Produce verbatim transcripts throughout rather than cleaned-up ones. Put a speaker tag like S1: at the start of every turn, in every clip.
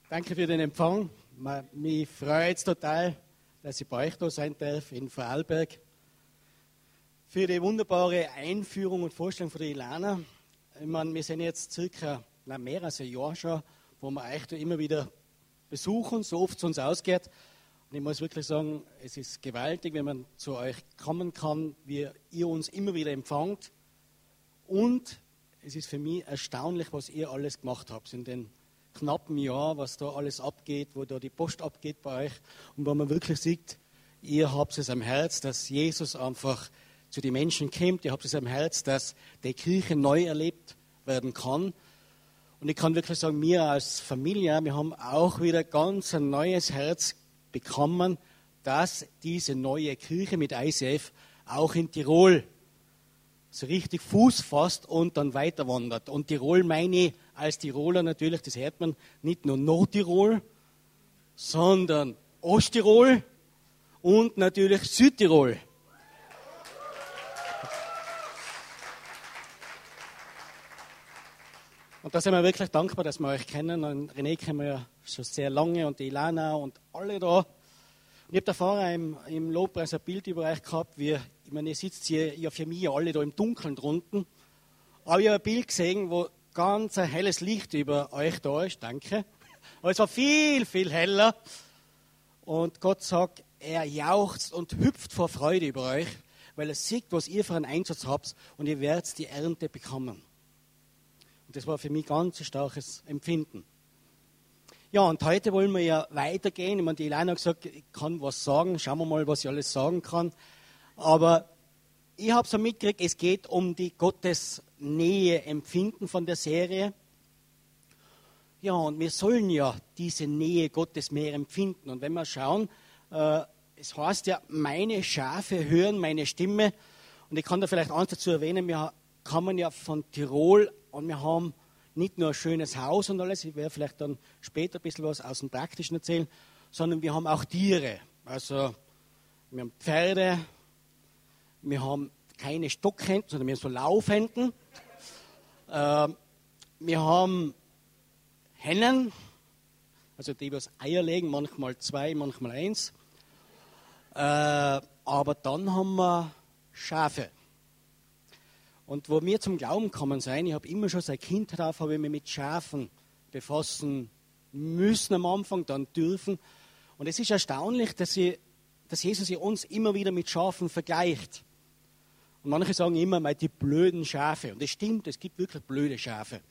S1: Danke für den Empfang. Mich freut es total, dass ich bei euch da sein darf in Vorarlberg. Für die wunderbare Einführung und Vorstellung von der Ilana. Ich meine, wir sind jetzt circa na, mehr als ein Jahr schon, wo wir euch da immer wieder besuchen, so oft es uns ausgeht. Und ich muss wirklich sagen, es ist gewaltig, wenn man zu euch kommen kann, wie ihr uns immer wieder empfangt. Und es ist für mich erstaunlich, was ihr alles gemacht habt in den knappen Jahr, was da alles abgeht, wo da die Post abgeht bei euch und wo man wirklich sieht, ihr habt es am Herz, dass Jesus einfach zu den Menschen kommt, ihr habt es am Herz, dass die Kirche neu erlebt werden kann. Und ich kann wirklich sagen, wir als Familie, wir haben auch wieder ganz ein neues Herz bekommen, dass diese neue Kirche mit I C F auch in Tirol so richtig Fuß fasst und dann weiter wandert. Und Tirol meine ich als Tiroler natürlich, das hört man, nicht nur Nordtirol, sondern Osttirol und natürlich Südtirol. Und da sind wir wirklich dankbar, dass wir euch kennen. Und René kennen wir ja schon sehr lange und die Ilana und alle da. Und ich habe da vorher im, im Lobpreis ein Bild über euch gehabt, wie, ich meine, ihr sitzt hier ja für mich alle da im Dunkeln drunten. Aber ich habe ein Bild gesehen, wo ganz ein helles Licht über euch da ist, danke. Aber es war viel, viel heller. Und Gott sagt, er jauchzt und hüpft vor Freude über euch, weil er sieht, was ihr für einen Einsatz habt und ihr werdet die Ernte bekommen. Und das war für mich ganz ein starkes Empfinden. Ja, und heute wollen wir ja weitergehen. Ich meine, die Ilana hat gesagt, ich kann was sagen. Schauen wir mal, was ich alles sagen kann. Aber ich habe so mitgekriegt, es geht um die Gottesnähe empfinden von der Serie. Ja, und wir sollen ja diese Nähe Gottes mehr empfinden. Und wenn wir schauen, äh, es heißt ja, meine Schafe hören meine Stimme. Und ich kann da vielleicht eins dazu erwähnen, wir kommen ja von Tirol und wir haben nicht nur ein schönes Haus und alles, ich werde vielleicht dann später ein bisschen was aus dem Praktischen erzählen, sondern wir haben auch Tiere. Also wir haben Pferde, wir haben keine Stockhänden, sondern wir haben so Laufhänden. Äh, wir haben Hennen, also die, die das Eier legen, manchmal zwei, manchmal eins. Äh, aber dann haben wir Schafe. Und wo wir zum Glauben kommen sein, ich habe immer schon seit Kindheit auf, habe ich mich mit Schafen befassen müssen am Anfang, dann dürfen. Und es ist erstaunlich, dass, sie, dass Jesus sich uns immer wieder mit Schafen vergleicht. Und manche sagen immer mal die blöden Schafe. Und das stimmt, es gibt wirklich blöde Schafe.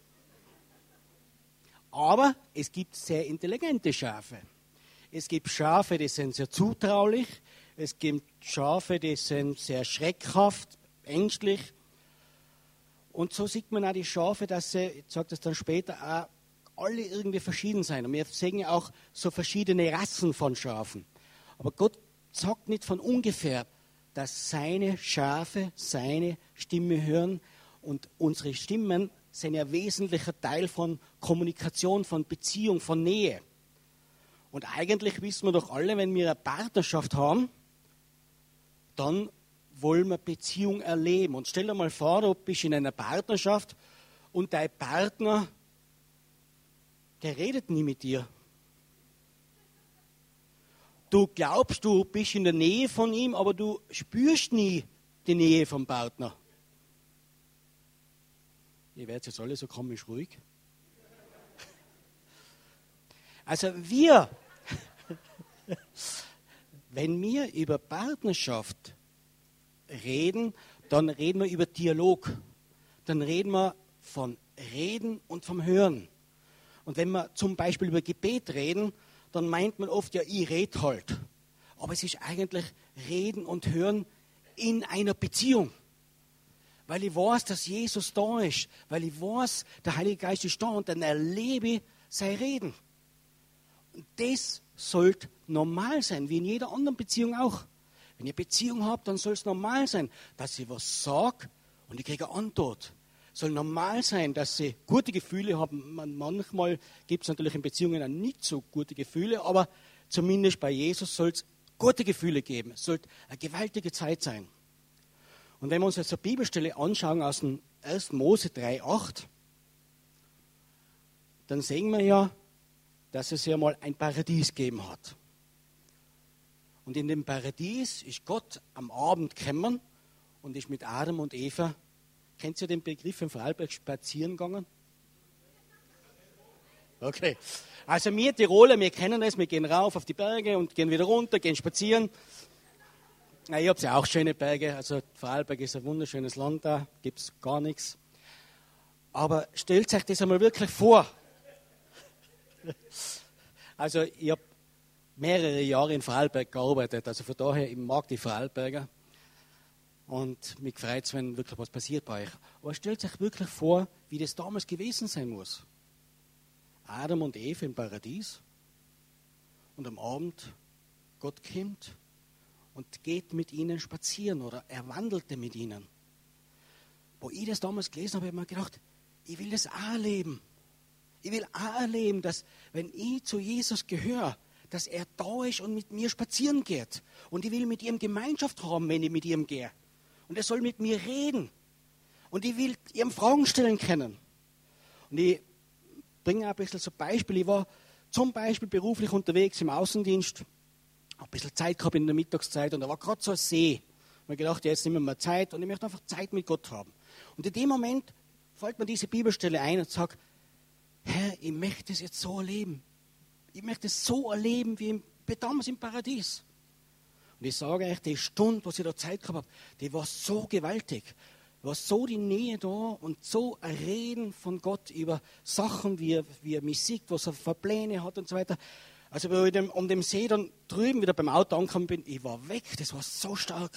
S1: Aber es gibt sehr intelligente Schafe. Es gibt Schafe, die sind sehr zutraulich. Es gibt Schafe, die sind sehr schreckhaft, ängstlich. Und so sieht man auch die Schafe, dass sie, ich sage das dann später, auch alle irgendwie verschieden sein. Und wir sehen ja auch so verschiedene Rassen von Schafen. Aber Gott sagt nicht von ungefähr, dass seine Schafe seine Stimme hören. Und unsere Stimmen sind ja ein wesentlicher Teil von Kommunikation, von Beziehung, von Nähe. Und eigentlich wissen wir doch alle, wenn wir eine Partnerschaft haben, dann wollen wir Beziehung erleben. Und stell dir mal vor, du bist in einer Partnerschaft und dein Partner, der redet nie mit dir. Du glaubst, du bist in der Nähe von ihm, aber du spürst nie die Nähe vom Partner. Ihr werdet jetzt alle so komisch ruhig. Also wir, wenn wir über Partnerschaft reden, dann reden wir über Dialog. Dann reden wir von Reden und vom Hören. Und wenn wir zum Beispiel über Gebet reden, dann meint man oft, ja, ich rede halt. Aber es ist eigentlich Reden und Hören in einer Beziehung. Weil ich weiß, dass Jesus da ist. Weil ich weiß, der Heilige Geist ist da und dann erlebe ich sein Reden. Und das sollte normal sein, wie in jeder anderen Beziehung auch. Wenn ihr Beziehung habt, dann soll es normal sein, dass ich was sage und ich kriege eine Antwort. Es soll normal sein, dass sie gute Gefühle haben. Manchmal gibt es natürlich in Beziehungen auch nicht so gute Gefühle, aber zumindest bei Jesus soll es gute Gefühle geben. Es sollte eine gewaltige Zeit sein. Und wenn wir uns jetzt eine Bibelstelle anschauen aus dem ersten Mose drei acht, dann sehen wir ja, dass es ja mal ein Paradies gegeben hat. Und in dem Paradies ist Gott am Abend gekommen und ist mit Adam und Eva, kennt ihr den Begriff im Vorarlberg, spazieren gegangen? Okay. Also wir Tiroler, wir kennen das, wir gehen rauf auf die Berge und gehen wieder runter, gehen spazieren. Ja, ich habe ja auch schöne Berge, also Vorarlberg ist ein wunderschönes Land, da gibt es gar nichts. Aber stellt euch das einmal wirklich vor. Also ich habe mehrere Jahre in Vorarlberg gearbeitet, also von daher, ich mag die Vorarlberger. Und mich freut es, wenn wirklich was passiert bei euch. Aber stellt euch wirklich vor, wie das damals gewesen sein muss. Adam und Eva im Paradies und am Abend Gott kommt und geht mit ihnen spazieren oder er wandelte mit ihnen. Wo ich das damals gelesen habe, habe ich mir gedacht, ich will das auch erleben. Ich will auch erleben, dass wenn ich zu Jesus gehöre, dass er da ist und mit mir spazieren geht. Und ich will mit ihm Gemeinschaft haben, wenn ich mit ihm gehe. Und er soll mit mir reden. Und ich will ihm Fragen stellen können. Und ich bringe ein bisschen so Beispiele. Ich war zum Beispiel beruflich unterwegs im Außendienst. Habe ein bisschen Zeit gehabt in der Mittagszeit und da war gerade so ein See. Ich habe mir gedacht, ja, jetzt nehmen wir mal Zeit und ich möchte einfach Zeit mit Gott haben. Und in dem Moment fällt mir diese Bibelstelle ein und sagt, Herr, ich möchte es jetzt so erleben. Ich möchte es so erleben wie damals im Paradies. Und ich sage euch, die Stunde, was ich da Zeit gehabt habe, die war so gewaltig. War so die Nähe da und so ein Reden von Gott über Sachen, wie er, wie er mich sieht, was er für Pläne hat und so weiter. Also, wo ich dem, um den See dann drüben wieder beim Auto angekommen bin, ich war weg, das war so stark.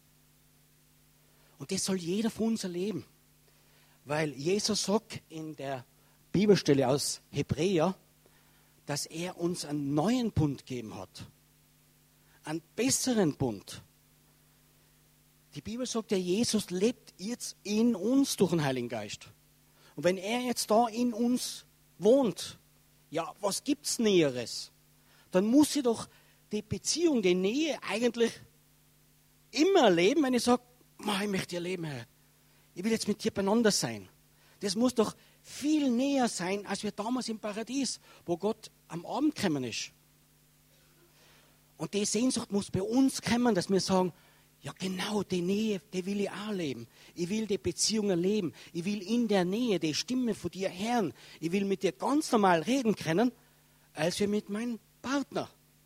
S1: Und das soll jeder von uns erleben. Weil Jesus sagt in der Bibelstelle aus Hebräer, dass er uns einen neuen Bund gegeben hat. Einen besseren Bund. Die Bibel sagt ja, Jesus lebt jetzt in uns durch den Heiligen Geist. Und wenn er jetzt da in uns wohnt, ja, was gibt es Näheres? Dann muss ich doch die Beziehung, die Nähe eigentlich immer erleben, wenn ich sage, ich möchte dir leben, Herr. Ich will jetzt mit dir beieinander sein. Das muss doch viel näher sein, als wir damals im Paradies, wo Gott am Abend gekommen ist. Und die Sehnsucht muss bei uns kommen, dass wir sagen, ja genau, die Nähe, die will ich auch leben. Ich will die Beziehung erleben. Ich will in der Nähe die Stimme von dir hören. Ich will mit dir ganz normal reden können, als wir mit meinem Partner.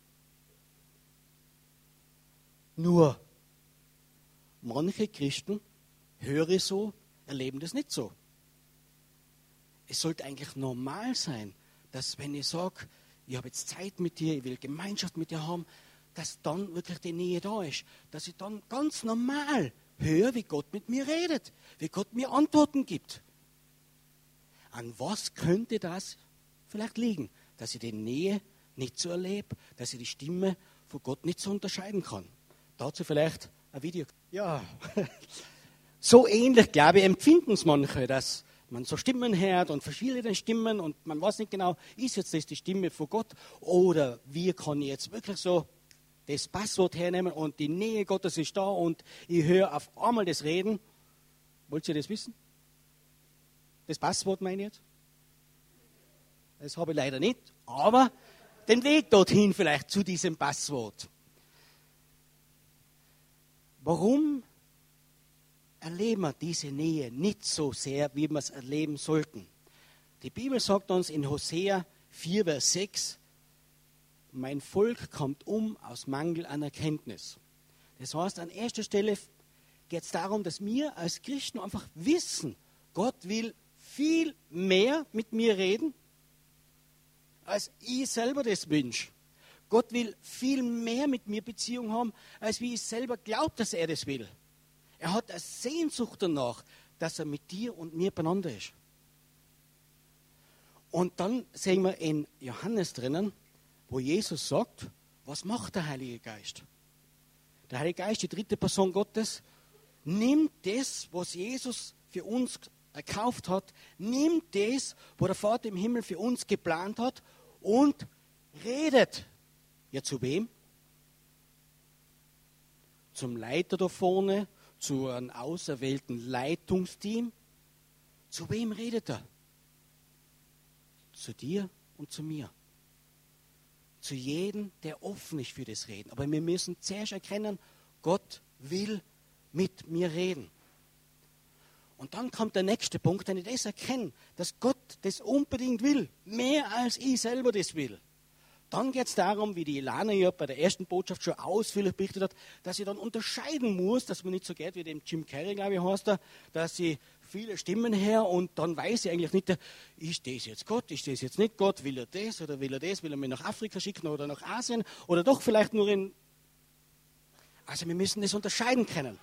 S1: Nur, manche Christen, höre ich so, erleben das nicht so. Es sollte eigentlich normal sein, dass wenn ich sage, ich habe jetzt Zeit mit dir, ich will Gemeinschaft mit dir haben, dass dann wirklich die Nähe da ist. Dass ich dann ganz normal höre, wie Gott mit mir redet, wie Gott mir Antworten gibt. An was könnte das vielleicht liegen? Dass ich die Nähe nicht so erlebe, dass ich die Stimme von Gott nicht so unterscheiden kann. Dazu vielleicht ein Video. Ja, so ähnlich, glaube ich, empfinden es manche, dass man so Stimmen hört und verschiedene Stimmen und man weiß nicht genau, ist jetzt das die Stimme von Gott oder wie kann ich jetzt wirklich so das Passwort hernehmen und die Nähe Gottes ist da und ich höre auf einmal das Reden. Wollt ihr das wissen? Das Passwort meine ich jetzt? Das habe ich leider nicht, aber den Weg dorthin vielleicht zu diesem Passwort. Warum erleben wir diese Nähe nicht so sehr, wie wir es erleben sollten? Die Bibel sagt uns in Hosea vier, Vers sechs, mein Volk kommt um aus Mangel an Erkenntnis. Das heißt, an erster Stelle geht es darum, dass wir als Christen einfach wissen, Gott will viel mehr mit mir reden, als ich selber das wünsche. Gott will viel mehr mit mir Beziehung haben, als wie ich selber glaube, dass er das will. Er hat eine Sehnsucht danach, dass er mit dir und mir beieinander ist. Und dann sehen wir in Johannes drinnen, wo Jesus sagt, was macht der Heilige Geist? Der Heilige Geist, die dritte Person Gottes, nimmt das, was Jesus für uns erkauft hat, nimmt das, was der Vater im Himmel für uns geplant hat und redet. Ja, zu wem? Zum Leiter da vorne, zu einem auserwählten Leitungsteam. Zu wem redet er? Zu dir und zu mir. zu jedem, der offen ist für das Reden. Aber wir müssen zuerst erkennen, Gott will mit mir reden. Und dann kommt der nächste Punkt, wenn ich das erkenne, dass Gott das unbedingt will, mehr als ich selber das will. Dann geht es darum, wie die Ilana ja bei der ersten Botschaft schon ausführlich berichtet hat, dass ich dann unterscheiden muss, dass man nicht so geht wie dem Jim Carrey, glaube ich, heißt er, dass ich viele Stimmen her und dann weiß ich eigentlich nicht, ist das jetzt Gott, ist das jetzt nicht Gott, will er das oder will er das, will er mich nach Afrika schicken oder nach Asien oder doch vielleicht nur in... Also wir müssen das unterscheiden können.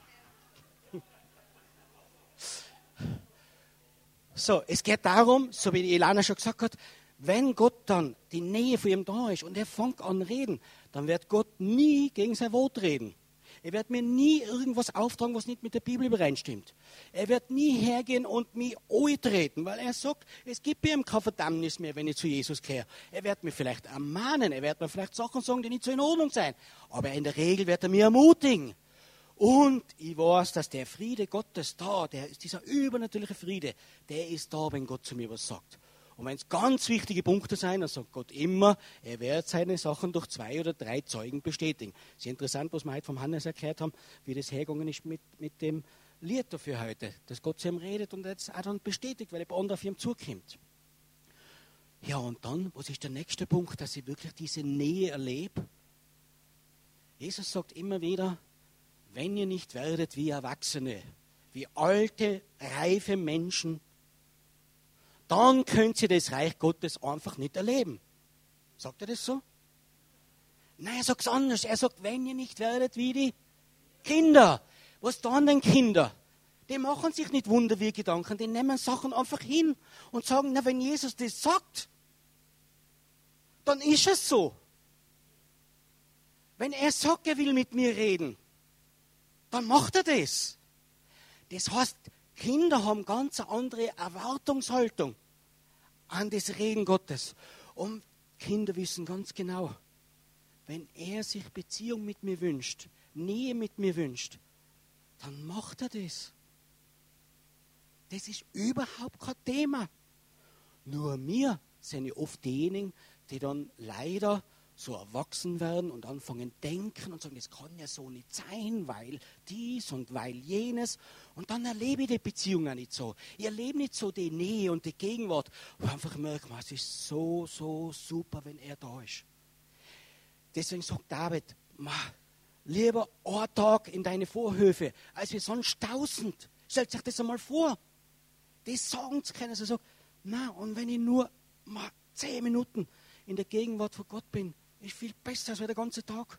S1: So, es geht darum, so wie die Ilana schon gesagt hat, wenn Gott dann die Nähe von ihm da ist und er fängt an reden, dann wird Gott nie gegen sein Wort reden. Er wird mir nie irgendwas auftragen, was nicht mit der Bibel übereinstimmt. Er wird nie hergehen und mich antreten, weil er sagt, es gibt bei ihm keine Verdammnis mehr, wenn ich zu Jesus gehöre. Er wird mir vielleicht ermahnen, er wird mir vielleicht Sachen sagen, die nicht so in Ordnung sind. Aber in der Regel wird er mich ermutigen. Und ich weiß, dass der Friede Gottes da, der ist dieser übernatürliche Friede, der ist da, wenn Gott zu mir was sagt. Und wenn es ganz wichtige Punkte sind, dann sagt Gott immer, er wird seine Sachen durch zwei oder drei Zeugen bestätigen. Sehr interessant, was wir heute vom Hannes erklärt haben, wie das hergegangen ist mit, mit dem Lied dafür heute, dass Gott zu ihm redet und jetzt auch dann bestätigt, weil er bei anderen auf ihm zukommt. Ja, und dann, was ist der nächste Punkt, dass ich wirklich diese Nähe erlebe? Jesus sagt immer wieder, wenn ihr nicht werdet wie Erwachsene, wie alte, reife Menschen, dann könnt ihr das Reich Gottes einfach nicht erleben. Sagt er das so? Nein, er sagt es anders. Er sagt, wenn ihr nicht werdet wie die Kinder. Was tun denn Kinder? Die machen sich nicht Wunder wie Gedanken, die nehmen Sachen einfach hin und sagen, na, wenn Jesus das sagt, dann ist es so. Wenn er sagt, er will mit mir reden, dann macht er das. Das heißt, Kinder haben ganz eine andere Erwartungshaltung an das Reden Gottes. Und Kinder wissen ganz genau, wenn er sich Beziehung mit mir wünscht, Nähe mit mir wünscht, dann macht er das. Das ist überhaupt kein Thema. Nur wir sind ja oft diejenigen, die dann leider so erwachsen werden und anfangen denken und sagen, das kann ja so nicht sein, weil dies und weil jenes. Und dann erlebe ich die Beziehung auch nicht so. Ich erlebe nicht so die Nähe und die Gegenwart, wo ich einfach merke, es ist so, so super, wenn er da ist. Deswegen sagt David, lieber ein Tag in deine Vorhöfe, als wir sonst tausend. Stellt sich das einmal vor. Das sagen zu können, sie sagt, na, und wenn ich nur mal zehn Minuten in der Gegenwart von Gott bin, ist viel besser als der ganze Tag.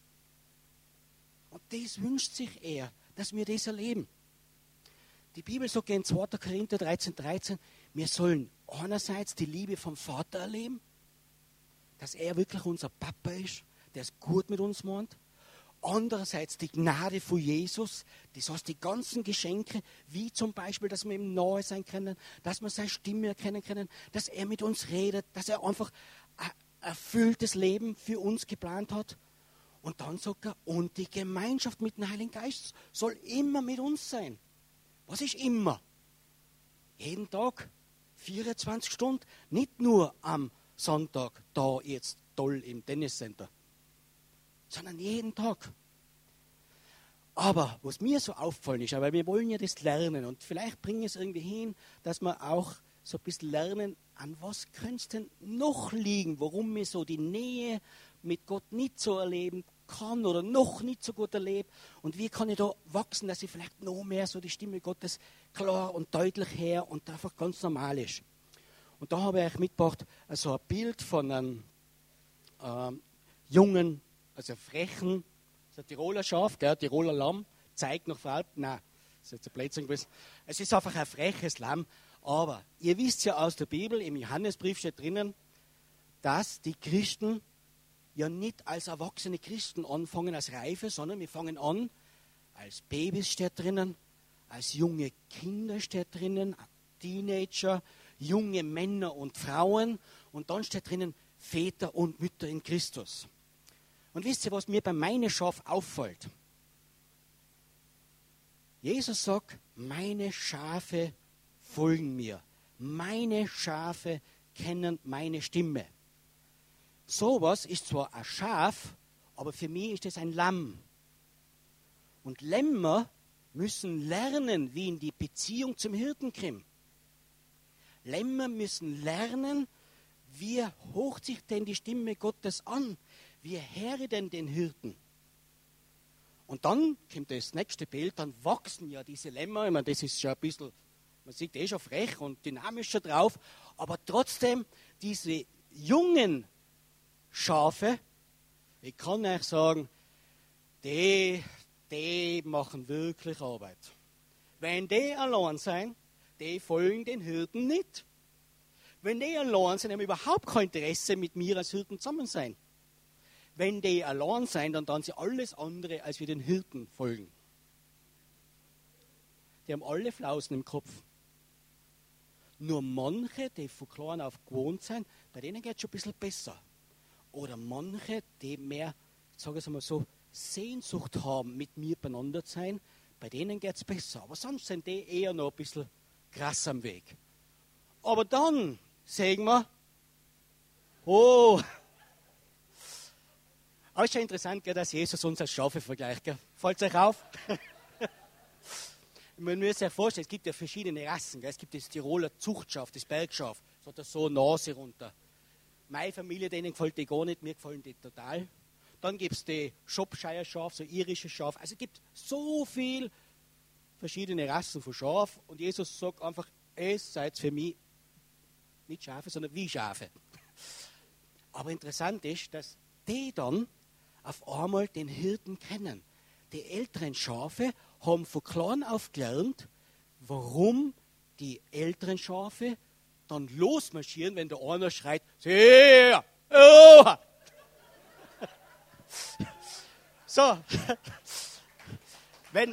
S1: Und das wünscht sich er, dass wir das erleben. Die Bibel sagt in zweiter Korinther dreizehn, dreizehn, wir sollen einerseits die Liebe vom Vater erleben, dass er wirklich unser Papa ist, der es gut mit uns meint. Andererseits die Gnade von Jesus, das heißt die ganzen Geschenke, wie zum Beispiel, dass wir ihm nahe sein können, dass wir seine Stimme erkennen können, dass er mit uns redet, dass er einfach ein erfülltes Leben für uns geplant hat. Und dann sagt er, und die Gemeinschaft mit dem Heiligen Geist soll immer mit uns sein. Was ist immer? Jeden Tag, vierundzwanzig Stunden, nicht nur am Sonntag, da jetzt toll im Tenniscenter, sondern jeden Tag. Aber was mir so auffallen ist, aber wir wollen ja das lernen und vielleicht bringen wir es irgendwie hin, dass wir auch so ein bisschen lernen, an was könnte es denn noch liegen, warum wir so die Nähe mit Gott nicht so erleben kann oder noch nicht so gut erlebe und wie kann ich da wachsen, dass ich vielleicht noch mehr so die Stimme Gottes klar und deutlich her und einfach ganz normal ist. Und da habe ich euch mitgebracht, also ein Bild von einem ähm, jungen, also frechen, so ein Tiroler Schaf, gell, Tiroler Lamm, zeigt noch vor allem, nein, das ist jetzt ein Blödsinn gewesen. Es ist einfach ein freches Lamm, aber ihr wisst ja aus der Bibel, im Johannesbrief steht drinnen, dass die Christen ja nicht als erwachsene Christen anfangen, als Reife, sondern wir fangen an, als Babys steht drinnen, als junge Kinder steht drinnen, Teenager, junge Männer und Frauen und dann steht drinnen Väter und Mütter in Christus. Und wisst ihr, was mir bei meinem Schaf auffällt? Jesus sagt, meine Schafe folgen mir. Meine Schafe kennen meine Stimme. sowas ist zwar ein Schaf, aber für mich ist es ein Lamm. Und Lämmer müssen lernen, wie in die Beziehung zum Hirten kommen. Lämmer müssen lernen, wie hocht sich denn die Stimme Gottes an? Wie höre denn den Hirten? Und dann kommt das nächste Bild, dann wachsen ja diese Lämmer. Ich meine, das ist schon ein bisschen, man sieht eh schon frech und dynamischer drauf, aber trotzdem diese jungen Schafe, ich kann euch sagen, die, die machen wirklich Arbeit. Wenn die allein sind, die folgen den Hirten nicht. Wenn die allein sind, haben überhaupt kein Interesse mit mir als Hirten zusammen sein. Wenn die allein sind, dann tun sie alles andere, als wir den Hirten folgen. Die haben alle Flausen im Kopf. Nur manche, die von klein auf gewohnt sind, bei denen geht es schon ein bisschen besser. Oder manche, die mehr, sagen wir mal so, Sehnsucht haben, mit mir beieinander zu sein, bei denen geht es besser. Aber sonst sind die eher noch ein bisschen krass am Weg. Aber dann sagen wir, oh, aber es ist ja interessant, gell, dass Jesus uns als Schafe vergleicht. Fällt es euch auf? Man muss sich ja vorstellen, es gibt ja verschiedene Rassen. Gell. Es gibt das Tiroler Zuchtschaf, das Bergschaf. Das hat so Nase runter. Meine Familie, denen gefällt die gar nicht, mir gefallen die total. Dann gibt es die Shropshire Schaf, so irische Schaf. Also es gibt so viele verschiedene Rassen von Schaf. Und Jesus sagt einfach, es seid für mich nicht Schafe, sondern wie Schafe. Aber interessant ist, dass die dann auf einmal den Hirten kennen. Die älteren Schafe haben von klein auf gelernt, warum die älteren Schafe dann losmarschieren, wenn der einer schreit, sehr, oh! So, wenn,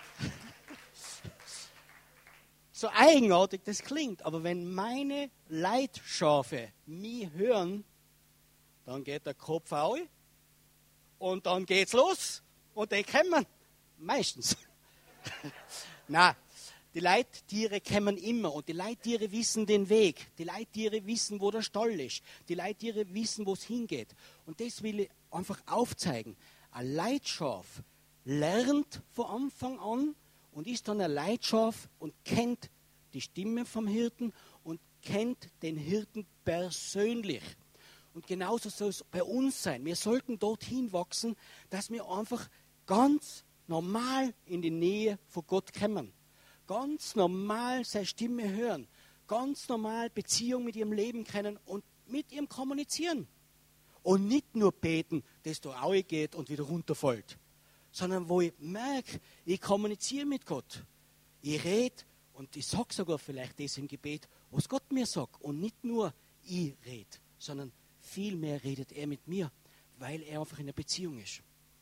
S1: so eigenartig das klingt, aber wenn meine Leitschafe mich hören, dann geht der Kopf auf und dann geht's los und die kommen meistens. Nein, die Leittiere kommen immer und die Leittiere wissen den Weg. Die Leittiere wissen, wo der Stall ist. Die Leittiere wissen, wo es hingeht. Und das will ich einfach aufzeigen. Ein Leitschaf lernt von Anfang an und ist dann ein Leitschaf und kennt die Stimme vom Hirten und kennt den Hirten persönlich. Und genauso soll es bei uns sein. Wir sollten dorthin wachsen, dass wir einfach ganz normal in die Nähe von Gott kommen. Ganz normal seine Stimme hören. Ganz normal Beziehung mit ihrem Leben kennen und mit ihm kommunizieren. Und nicht nur beten, dass da geht und wieder runterfällt. Sondern wo ich merke, ich kommuniziere mit Gott. Ich rede und ich sage sogar vielleicht das im Gebet, was Gott mir sagt. Und nicht nur ich rede, sondern vielmehr redet er mit mir, weil er einfach in einer Beziehung ist.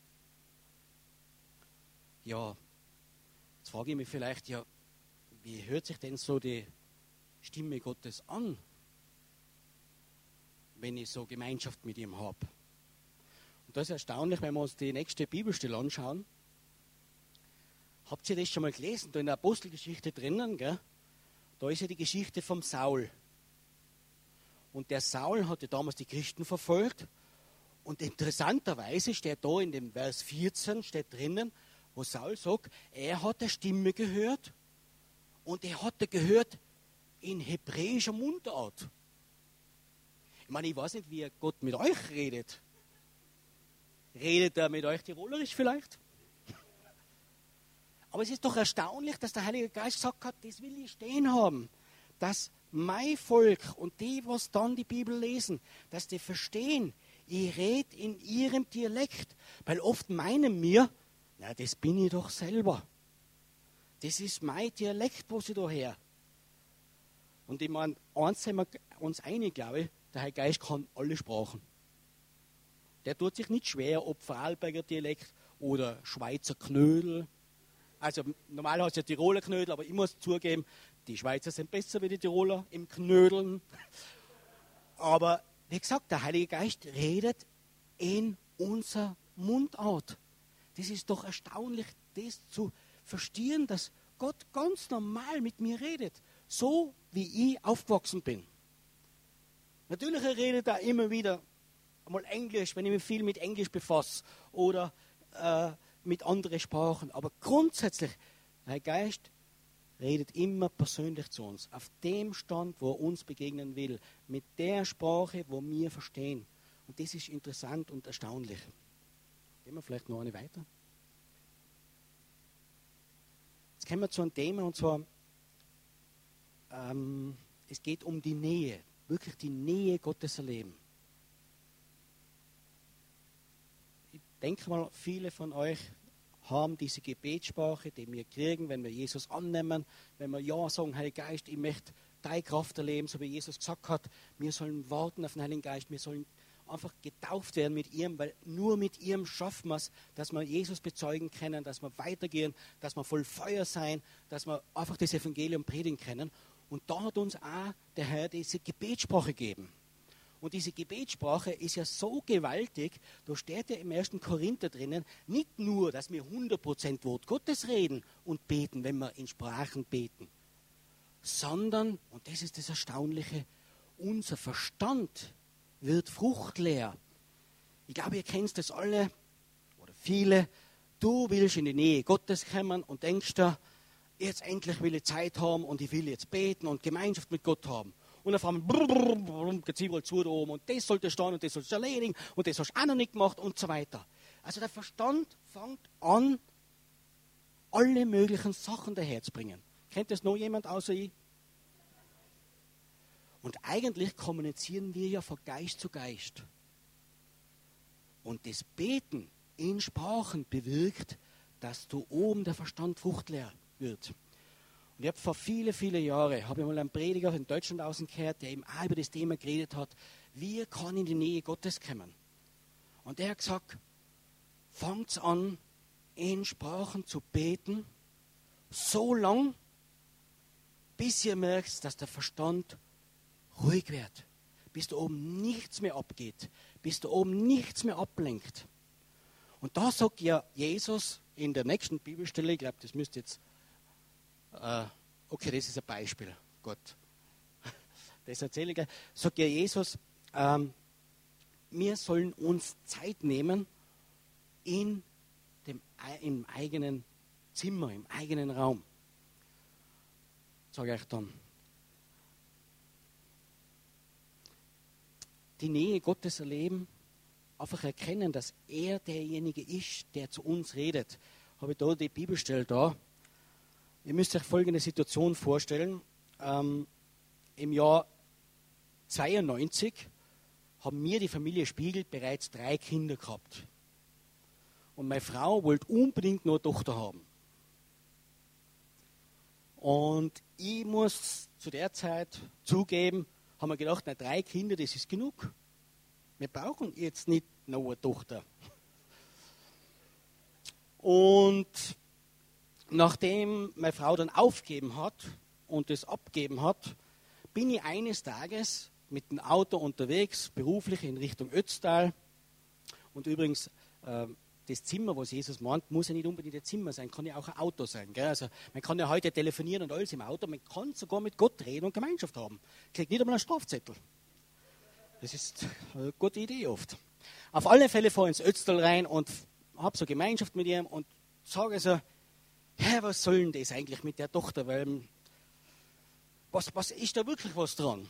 S1: Ja, jetzt frage ich mich vielleicht, ja, wie hört sich denn so die Stimme Gottes an, wenn ich so Gemeinschaft mit ihm habe? Und das ist erstaunlich, wenn wir uns die nächste Bibelstelle anschauen. Habt ihr das schon mal gelesen? Da in der Apostelgeschichte drinnen, gell? Da ist ja die Geschichte vom Saul. Und der Saul hatte damals die Christen verfolgt. Und interessanterweise steht da in dem Vers vierzehn, steht drinnen, wo Saul sagt, er hat eine Stimme gehört und er hatte gehört in hebräischer Mundart. Ich meine, ich weiß nicht, wie Gott mit euch redet. Redet er mit euch tirolerisch vielleicht? Aber es ist doch erstaunlich, dass der Heilige Geist gesagt hat, das will ich stehen haben. Dass mein Volk und die, was dann die Bibel lesen, dass die verstehen, ich rede in ihrem Dialekt. Weil oft meinen wir, na, das bin ich doch selber. Das ist mein Dialekt, wo sie da her. Und ich meine, eins sind wir uns einig, glaube ich, der Heilige Geist kann alle Sprachen. Der tut sich nicht schwer, ob Vorarlberger Dialekt oder Schweizer Knödel. Also normal heißt es ja Tiroler Knödel, aber ich muss zugeben, die Schweizer sind besser wie die Tiroler im Knödeln. Aber wie gesagt, der Heilige Geist redet in unserer Mundart. Das ist doch erstaunlich, das zu verstehen, dass Gott ganz normal mit mir redet. So, wie ich aufgewachsen bin. Natürlich redet er immer wieder mal Englisch, wenn ich mich viel mit Englisch befasse oder äh, mit anderen Sprachen. Aber grundsätzlich, der Geist redet immer persönlich zu uns, auf dem Stand, wo er uns begegnen will, mit der Sprache, wo wir verstehen. Und das ist interessant und erstaunlich. Gehen wir vielleicht noch eine weiter. Jetzt kommen wir zu einem Thema, und zwar, ähm, es geht um die Nähe, wirklich die Nähe Gottes erleben. Ich denke mal, viele von euch haben diese Gebetssprache, die wir kriegen, wenn wir Jesus annehmen, wenn wir Ja sagen, Heiliger Geist, ich möchte deine Kraft erleben, so wie Jesus gesagt hat, wir sollen warten auf den Heiligen Geist, wir sollen einfach getauft werden mit ihm, weil nur mit ihm schaffen wir es, dass wir Jesus bezeugen können, dass wir weitergehen, dass wir voll Feuer sein, dass wir einfach das Evangelium predigen können. Und da hat uns auch der Herr diese Gebetssprache gegeben. Und diese Gebetssprache ist ja so gewaltig, da steht ja im ersten Korinther drinnen, nicht nur, dass wir hundert Prozent Wort Gottes reden und beten, wenn wir in Sprachen beten, sondern, und das ist das Erstaunliche, unser Verstand wird fruchtleer. Ich glaube, ihr kennt das alle, oder viele, du willst in die Nähe Gottes kommen und denkst dir, jetzt endlich will ich Zeit haben und ich will jetzt beten und Gemeinschaft mit Gott haben. Und auf einmal geht es überall zu da oben und das sollte stehen und das sollst du erledigen und das hast du auch noch nicht gemacht und so weiter. Also der Verstand fängt an, alle möglichen Sachen daherzubringen. Kennt das noch jemand außer ich? Und eigentlich kommunizieren wir ja von Geist zu Geist. Und das Beten in Sprachen bewirkt, dass da oben der Verstand fruchtleer wird. Und ich habe vor viele, viele Jahren, habe ich mal einen Prediger in Deutschland außen gehört, der eben auch über das Thema geredet hat, wie kann in die Nähe Gottes kommen. Und der hat gesagt, fangt an, in Sprachen zu beten, so lang, bis ihr merkt, dass der Verstand ruhig wird, bis da oben nichts mehr abgeht, bis da oben nichts mehr ablenkt. Und da sagt ja Jesus in der nächsten Bibelstelle, ich glaube, das müsste jetzt Uh, okay, das ist ein Beispiel. Gut. Das erzähle ich gleich. Sagt ja Jesus, ähm, wir sollen uns Zeit nehmen in dem, im eigenen Zimmer, im eigenen Raum. Sage ich euch dann. Die Nähe Gottes erleben, einfach erkennen, dass er derjenige ist, der zu uns redet. Habe ich da die Bibelstelle da. Ihr müsst euch folgende Situation vorstellen. Ähm, Im Jahr zweiundneunzig haben wir, die Familie Spiegel, bereits drei Kinder gehabt. Und meine Frau wollte unbedingt noch eine Tochter haben. Und ich muss zu der Zeit zugeben, haben wir gedacht, na, drei Kinder, das ist genug. Wir brauchen jetzt nicht noch eine Tochter. Und nachdem meine Frau dann aufgegeben hat und das abgegeben hat, bin ich eines Tages mit dem Auto unterwegs, beruflich in Richtung Ötztal. Und übrigens, äh, das Zimmer, was Jesus meint, muss ja nicht unbedingt ein Zimmer sein, kann ja auch ein Auto sein. Gell? Also man kann ja heute telefonieren und alles im Auto, man kann sogar mit Gott reden und Gemeinschaft haben. Kriegt nicht einmal einen Strafzettel. Das ist eine gute Idee oft. Auf alle Fälle fahre ich ins Ötztal rein und habe so Gemeinschaft mit ihm und sage so, Herr, was soll denn das eigentlich mit der Tochter? Weil, was, was ist da wirklich was dran?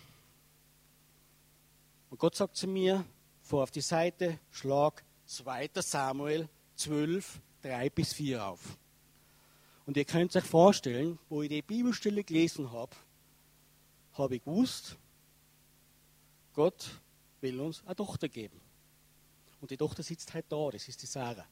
S1: Und Gott sagt zu mir, fahr auf die Seite, schlag zweiter Samuel zwölf, drei bis vier auf. Und ihr könnt euch vorstellen, wo ich die Bibelstelle gelesen habe, habe ich gewusst, Gott will uns eine Tochter geben. Und die Tochter sitzt halt da, das ist die Sarah.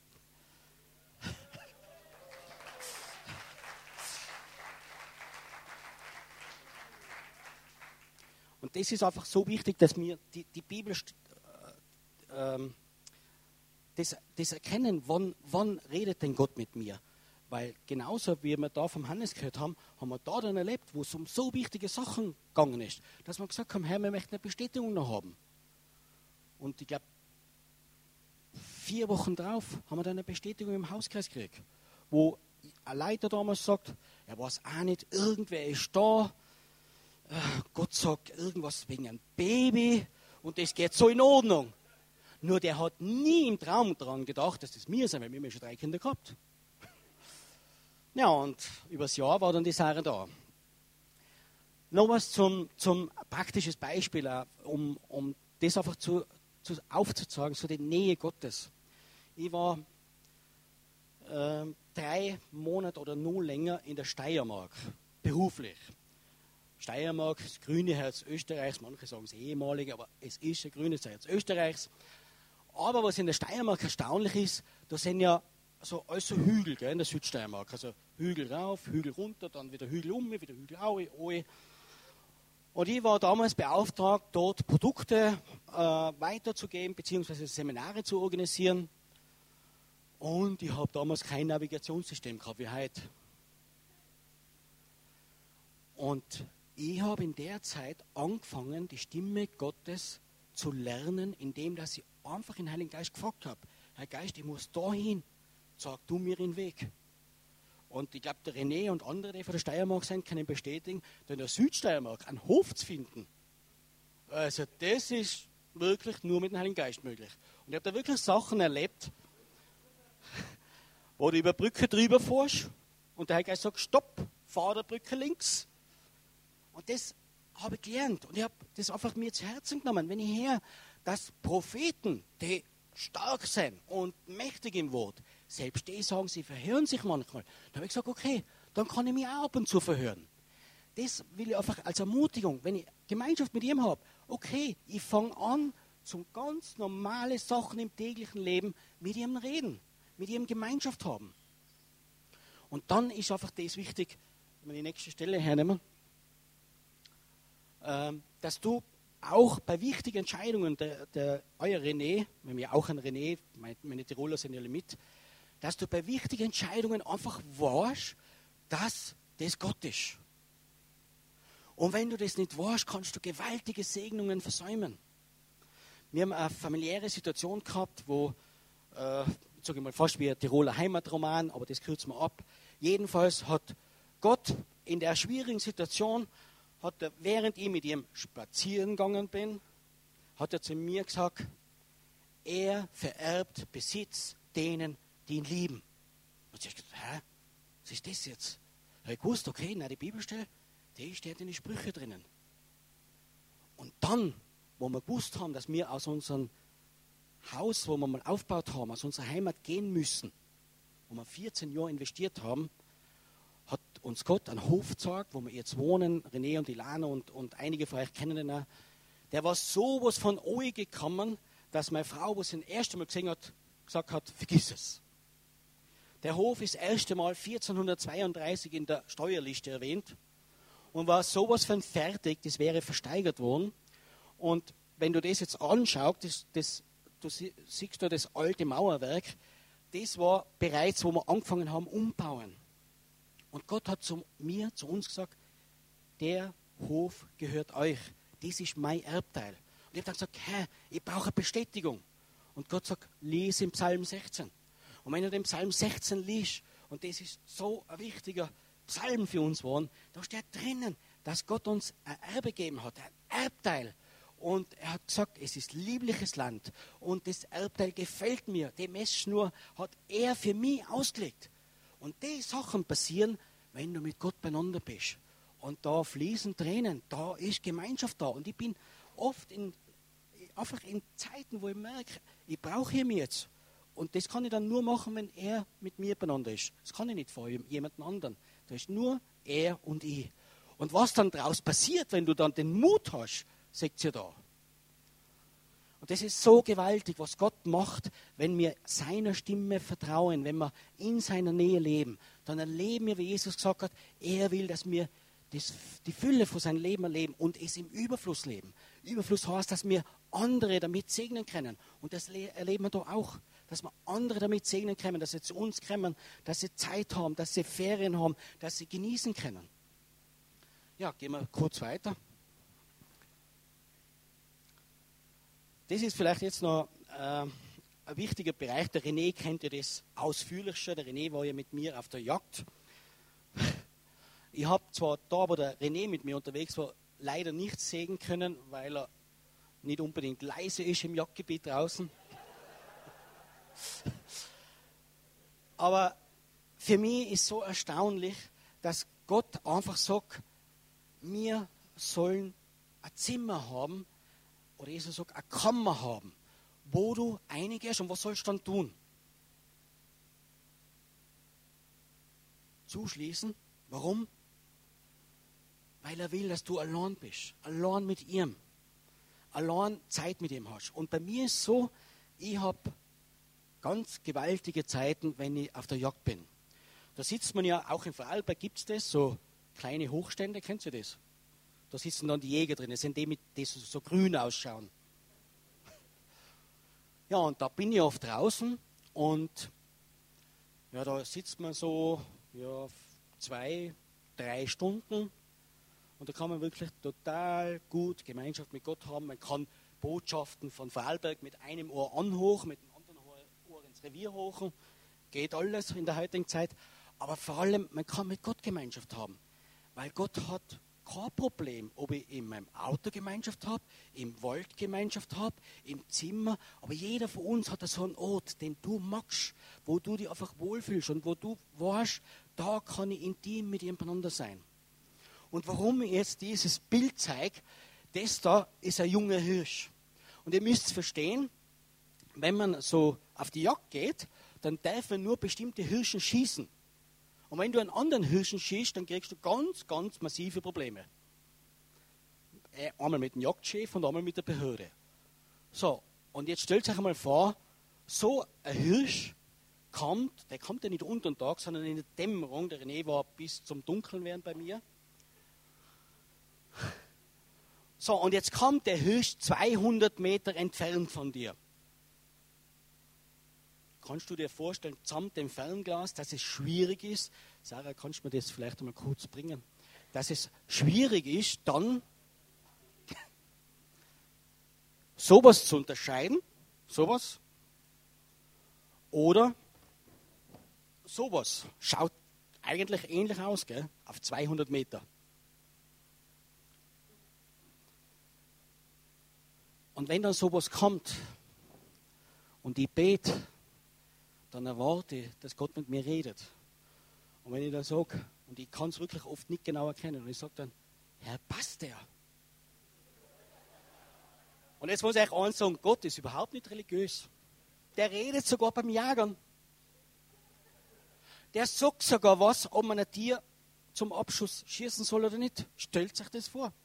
S1: Und das ist einfach so wichtig, dass wir die, die Bibel äh, äh, das, das erkennen, wann, wann redet denn Gott mit mir? Weil genauso wie wir da vom Hannes gehört haben, haben wir da dann erlebt, wo es um so wichtige Sachen gegangen ist, dass wir gesagt haben, Herr, wir möchten eine Bestätigung noch haben. Und ich glaube, vier Wochen drauf haben wir dann eine Bestätigung im Hauskreis gekriegt, wo ein Leiter damals sagt, er weiß auch nicht, irgendwer ist da, Gott sagt irgendwas wegen einem Baby und das geht so in Ordnung. Nur der hat nie im Traum daran gedacht, dass das mir sind, weil wir haben ja schon drei Kinder gehabt. Ja, und übers Jahr war dann die Sarah da. Noch was zum, zum praktisches Beispiel, um, um das einfach zu, zu aufzuzeigen, so die Nähe Gottes. Ich war äh, drei Monate oder noch länger in der Steiermark, beruflich. Steiermark, das grüne Herz Österreichs, manche sagen es ehemalige, aber es ist ein grünes Herz Österreichs. Aber was in der Steiermark erstaunlich ist, da sind ja so alles so Hügel, gell, in der Südsteiermark. Also Hügel rauf, Hügel runter, dann wieder Hügel um, wieder Hügel aue, aue. Und ich war damals beauftragt, dort Produkte äh, weiterzugeben, beziehungsweise Seminare zu organisieren. Und ich habe damals kein Navigationssystem gehabt wie heute. Und ich habe in der Zeit angefangen, die Stimme Gottes zu lernen, indem dass ich einfach den Heiligen Geist gefragt habe. Herr Geist, ich muss dahin, sag du mir den Weg. Und ich glaube, der René und andere, die von der Steiermark sind, können bestätigen, da in der Südsteiermark einen Hof zu finden. Also das ist wirklich nur mit dem Heiligen Geist möglich. Und ich habe da wirklich Sachen erlebt, wo du über die Brücke drüber fährst und der Heilige Geist sagt, stopp, fahr der Brücke links. Und das habe ich gelernt. Und ich habe das einfach mir zu Herzen genommen. Wenn ich her, dass Propheten, die stark sind und mächtig im Wort, selbst die sagen, sie verhören sich manchmal. Da habe ich gesagt, okay, dann kann ich mich auch ab und zu verhören. Das will ich einfach als Ermutigung, wenn ich Gemeinschaft mit ihm habe, okay, ich fange an, zum ganz normale Sachen im täglichen Leben mit ihm reden, mit ihm Gemeinschaft haben. Und dann ist einfach das wichtig, wenn wir die nächste Stelle hernehmen, ähm, dass du auch bei wichtigen Entscheidungen, der, der, euer René, wir haben ja auch einen René, meine, meine Tiroler sind ja alle mit, dass du bei wichtigen Entscheidungen einfach weißt, dass das Gott ist. Und wenn du das nicht weißt, kannst du gewaltige Segnungen versäumen. Wir haben eine familiäre Situation gehabt, wo, äh, ich sage mal fast wie ein Tiroler Heimatroman, aber das kürzen wir ab. Jedenfalls hat Gott in der schwierigen Situation, hat er, während ich mit ihm spazieren gegangen bin, hat er zu mir gesagt, er vererbt Besitz denen, die ihn lieben. Und ich habe gedacht, hä, was ist das jetzt? Da habe ich gewusst, okay, na, die Bibelstelle, die steht in den Sprüchen drinnen. Und dann, wo wir gewusst haben, dass wir aus unserem Haus, wo wir mal aufgebaut haben, aus unserer Heimat gehen müssen, wo wir vierzehn Jahre investiert haben, hat uns Gott einen Hof gezeigt, wo wir jetzt wohnen, René und Ilana und, und einige von euch kennen den auch. Der war sowas von oben gekommen, dass meine Frau, wo sie das erste Mal gesehen hat, gesagt hat, vergiss es. Der Hof ist das erste Mal vierzehnhundertzweiunddreißig in der Steuerliste erwähnt und war sowas von fertig, das wäre versteigert worden. Und wenn du das jetzt anschaust, das, das, du siehst da das alte Mauerwerk, das war bereits, wo wir angefangen haben, umbauen. Und Gott hat zu mir, zu uns gesagt, der Hof gehört euch. Das ist mein Erbteil. Und ich habe dann gesagt, Herr, ich brauche eine Bestätigung. Und Gott sagt, lies im Psalm sechzehn. Und wenn du den Psalm sechzehn liest, und das ist so ein wichtiger Psalm für uns geworden, da steht drinnen, dass Gott uns ein Erbe gegeben hat, ein Erbteil. Und er hat gesagt, es ist liebliches Land. Und das Erbteil gefällt mir. Die Messschnur hat er für mich ausgelegt. Und die Sachen passieren, wenn du mit Gott beieinander bist. Und da fließen Tränen, da ist Gemeinschaft da. Und ich bin oft in, einfach in Zeiten, wo ich merke, ich brauche ihn jetzt. Und das kann ich dann nur machen, wenn er mit mir beieinander ist. Das kann ich nicht vor jemandem anderen. Da ist nur er und ich. Und was dann daraus passiert, wenn du dann den Mut hast, seht ihr da. Und das ist so gewaltig, was Gott macht, wenn wir seiner Stimme vertrauen, wenn wir in seiner Nähe leben. Dann erleben wir, wie Jesus gesagt hat, er will, dass wir das, die Fülle von seinem Leben erleben und es im Überfluss leben. Überfluss heißt, dass wir andere damit segnen können. Und das erleben wir da auch, dass wir andere damit segnen können, dass sie zu uns kommen, dass sie Zeit haben, dass sie Ferien haben, dass sie genießen können. Ja, gehen wir kurz weiter. Das ist vielleicht jetzt noch äh, ein wichtiger Bereich. Der René kennt ja das ausführlich schon. Der René war ja mit mir auf der Jagd. Ich habe zwar da, wo der René mit mir unterwegs war, leider nichts sehen können, weil er nicht unbedingt leise ist im Jagdgebiet draußen. Aber für mich ist so erstaunlich, dass Gott einfach sagt, wir sollen ein Zimmer haben, oder Jesus sagt, eine Kammer haben, wo du reingehst und was sollst du dann tun? Zuschließen. Warum? Weil er will, dass du allein bist. Allein mit ihm. Allein Zeit mit ihm hast. Und bei mir ist es so, ich habe ganz gewaltige Zeiten, wenn ich auf der Jagd bin. Da sitzt man ja, auch in Vorarlberg gibt es das, so kleine Hochstände, kennst du das? Da sitzen dann die Jäger drin, das sind die, die so, so grün ausschauen. Ja, und da bin ich oft draußen und ja, da sitzt man so ja, zwei, drei Stunden und da kann man wirklich total gut Gemeinschaft mit Gott haben. Man kann Botschaften von Vorarlberg mit einem Ohr anhoch, mit dem anderen Ohr ins Revier hochen. Geht alles in der heutigen Zeit. Aber vor allem, man kann mit Gott Gemeinschaft haben. Weil Gott hat kein Problem, ob ich in meinem Auto Gemeinschaft habe, im Wald Gemeinschaft habe, im Zimmer. Aber jeder von uns hat so einen Ort, den du magst, wo du dich einfach wohlfühlst und wo du weißt, da kann ich intim mit ihm beieinander sein. Und warum ich jetzt dieses Bild zeige, das da ist ein junger Hirsch. Und ihr müsst verstehen, wenn man so auf die Jagd geht, dann darf man nur bestimmte Hirschen schießen. Und wenn du einen anderen Hirschen schießt, dann kriegst du ganz, ganz massive Probleme. Einmal mit dem Jagdchef und einmal mit der Behörde. So, und jetzt stellt euch einmal vor, so ein Hirsch kommt, der kommt ja nicht unter den Tag, sondern in der Dämmerung, der René war bis zum Dunkeln während bei mir. So, und jetzt kommt der Hirsch zweihundert Meter entfernt von dir. Kannst du dir vorstellen, samt dem Fernglas, dass es schwierig ist, Sarah, kannst du mir das vielleicht einmal kurz bringen, dass es schwierig ist, dann sowas zu unterscheiden, sowas, oder sowas. Schaut eigentlich ähnlich aus, gell? Auf zweihundert Meter. Und wenn dann sowas kommt und ich bete, dann erwarte ich, dass Gott mit mir redet. Und wenn ich dann sage, und ich kann es wirklich oft nicht genau erkennen, und ich sage dann, Herr, passt der? Und jetzt muss ich euch eins sagen, Gott ist überhaupt nicht religiös. Der redet sogar beim Jagern. Der sagt sogar was, ob man ein Tier zum Abschuss schießen soll oder nicht. Stellt sich das vor.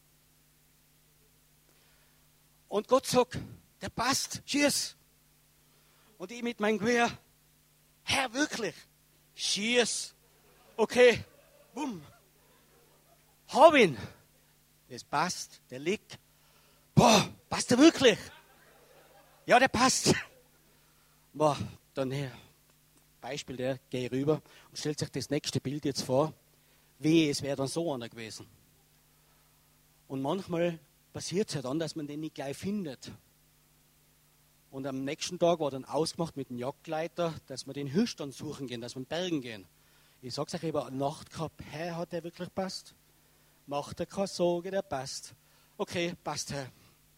S1: Und Gott sagt, der passt, schieß. Und ich mit meinem Gewehr, Herr, wirklich, schieß. Okay, bumm. Hab ihn. Das passt, der liegt. Boah, passt der wirklich? Ja, der passt. Boah, dann her. Beispiel, der gehe rüber und stellt sich das nächste Bild jetzt vor. Wie, es wäre dann so einer gewesen. Und manchmal passiert es ja dann, dass man den nicht gleich findet. Und am nächsten Tag war dann ausgemacht mit dem Jagdleiter, dass wir den Hirsch dann suchen gehen, dass wir in Bergen gehen. Ich sag's euch, ich habe eine Nacht gehabt, hey, hat der wirklich passt? Macht er keine Sorge, der passt. Okay, passt, Herr.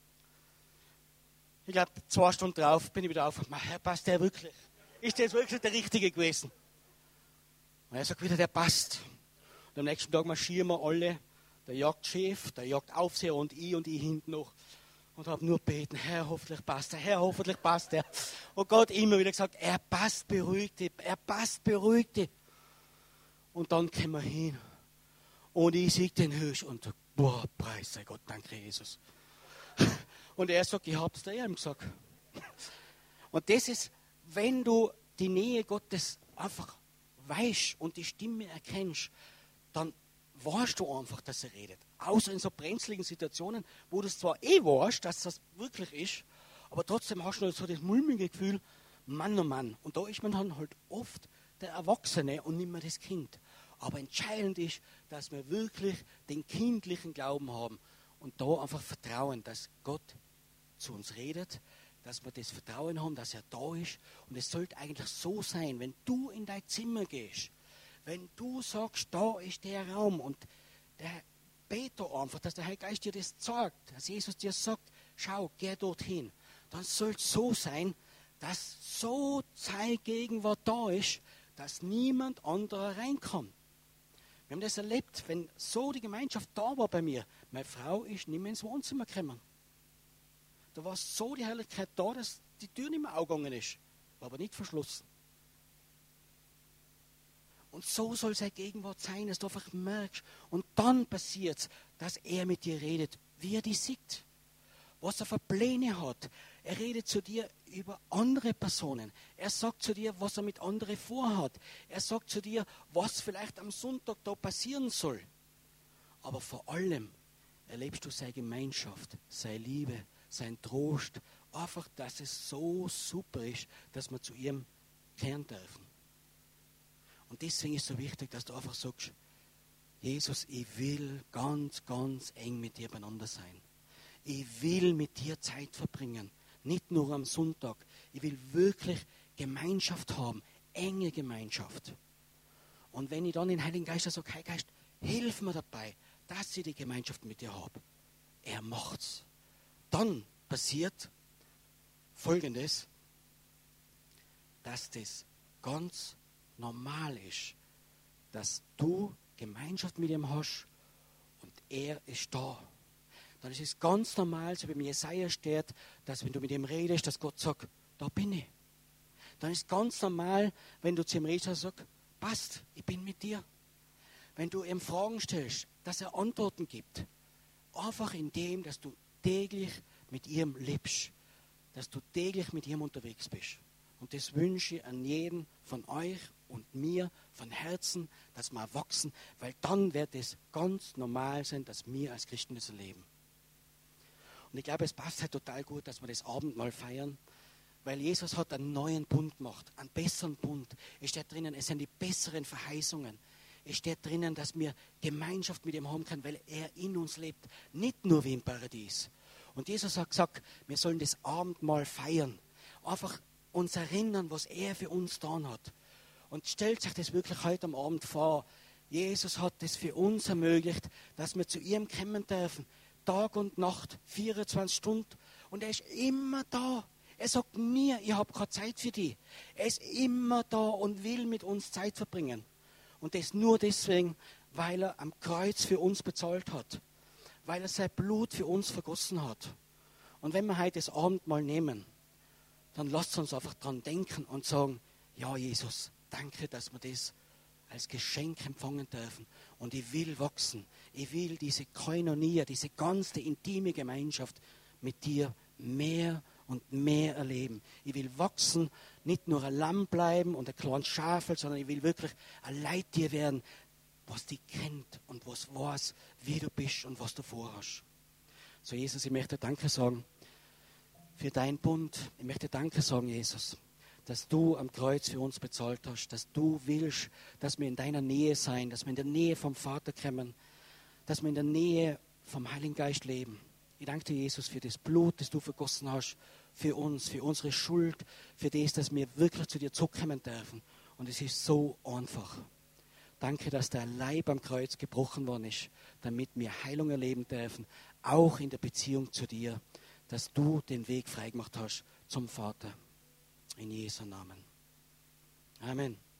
S1: Ich glaube, zwei Stunden drauf bin ich wieder auf. Herr, passt der wirklich? Ist das wirklich der Richtige gewesen? Und er sagt wieder, der passt. Und am nächsten Tag marschieren wir alle, der Jagdchef, der Jagdaufseher und ich und ich hinten noch. Und habe nur beten, Herr, hoffentlich passt er, Herr, hoffentlich passt er. Und Gott immer wieder gesagt, er passt, beruhigt dich, er passt, beruhigt dich. Und dann kommen wir hin. Und ich sehe den Hirsch und sage, boah, preis sei Gott, danke Jesus. Und er sagt, ich habe es dir ihm gesagt. Und das ist, wenn du die Nähe Gottes einfach weißt und die Stimme erkennst, dann weißt du einfach, dass er redet. Außer in so brenzligen Situationen, wo du es zwar eh weißt, dass das wirklich ist, aber trotzdem hast du noch so das mulmige Gefühl, Mann, oh Mann. Und da ist man dann halt oft der Erwachsene und nicht mehr das Kind. Aber entscheidend ist, dass wir wirklich den kindlichen Glauben haben und da einfach vertrauen, dass Gott zu uns redet, dass wir das Vertrauen haben, dass er da ist. Und es sollte eigentlich so sein, wenn du in dein Zimmer gehst, wenn du sagst, da ist der Raum und der bete einfach, dass der Heilige Geist dir das sagt, dass Jesus dir sagt, schau, geh dorthin, dann soll es so sein, dass so seine Gegenwart da ist, dass niemand anderer reinkommt. Wir haben das erlebt, wenn so die Gemeinschaft da war bei mir. Meine Frau ist nicht mehr ins Wohnzimmer gekommen. Da war so die Herrlichkeit da, dass die Tür nicht mehr aufgegangen ist. War aber nicht verschlossen. Und so soll seine Gegenwart sein, dass du einfach merkst. Und dann passiert es, dass er mit dir redet, wie er dich sieht. Was er für Pläne hat. Er redet zu dir über andere Personen. Er sagt zu dir, was er mit anderen vorhat. Er sagt zu dir, was vielleicht am Sonntag da passieren soll. Aber vor allem erlebst du seine Gemeinschaft, seine Liebe, sein Trost. Einfach, dass es so super ist, dass wir zu ihm kehren dürfen. Und deswegen ist es so wichtig, dass du einfach sagst, Jesus, ich will ganz, ganz eng mit dir beieinander sein. Ich will mit dir Zeit verbringen, nicht nur am Sonntag. Ich will wirklich Gemeinschaft haben, enge Gemeinschaft. Und wenn ich dann den Heiligen Geist sage, Heiliger Geist, hilf mir dabei, dass ich die Gemeinschaft mit dir habe. Er macht's. Dann passiert Folgendes, dass das ganz normal ist, dass du Gemeinschaft mit ihm hast und er ist da. Dann ist es ganz normal, so wie im Jesaja steht, dass wenn du mit ihm redest, dass Gott sagt, da bin ich. Dann ist es ganz normal, wenn du zu ihm redest, dass er sagt, passt, ich bin mit dir. Wenn du ihm Fragen stellst, dass er Antworten gibt. Einfach in dem, dass du täglich mit ihm lebst. Dass du täglich mit ihm unterwegs bist. Und das wünsche ich an jeden von euch und mir von Herzen, dass wir wachsen, weil dann wird es ganz normal sein, dass wir als Christen das erleben. Und ich glaube, es passt halt total gut, dass wir das Abendmahl feiern, weil Jesus hat einen neuen Bund gemacht, einen besseren Bund. Es steht drinnen, es sind die besseren Verheißungen. Es steht drinnen, dass wir Gemeinschaft mit ihm haben können, weil er in uns lebt, nicht nur wie im Paradies. Und Jesus hat gesagt, wir sollen das Abendmahl feiern. Einfach uns erinnern, was er für uns getan hat. Und stellt sich das wirklich heute am Abend vor. Jesus hat das für uns ermöglicht, dass wir zu ihm kommen dürfen. Tag und Nacht, vierundzwanzig Stunden. Und er ist immer da. Er sagt mir, ich habe keine Zeit für dich. Er ist immer da und will mit uns Zeit verbringen. Und das nur deswegen, weil er am Kreuz für uns bezahlt hat. Weil er sein Blut für uns vergossen hat. Und wenn wir heute das Abendmahl nehmen, dann lasst uns einfach dran denken und sagen, ja Jesus, danke, dass wir das als Geschenk empfangen dürfen. Und ich will wachsen. Ich will diese Koinonia, diese ganze intime Gemeinschaft mit dir mehr und mehr erleben. Ich will wachsen, nicht nur ein Lamm bleiben und ein kleines Schafel, sondern ich will wirklich ein Leittier werden, was dich kennt und was weiß, wie du bist und was du vorhast. So Jesus, ich möchte Danke sagen für deinen Bund. Ich möchte Danke sagen, Jesus, dass du am Kreuz für uns bezahlt hast, dass du willst, dass wir in deiner Nähe sein, dass wir in der Nähe vom Vater kommen, dass wir in der Nähe vom Heiligen Geist leben. Ich danke dir, Jesus, für das Blut, das du vergossen hast, für uns, für unsere Schuld, für das, dass wir wirklich zu dir zurückkommen dürfen. Und es ist so einfach. Danke, dass der Leib am Kreuz gebrochen worden ist, damit wir Heilung erleben dürfen, auch in der Beziehung zu dir, dass du den Weg freigemacht hast zum Vater. In Jesu Namen. Amen.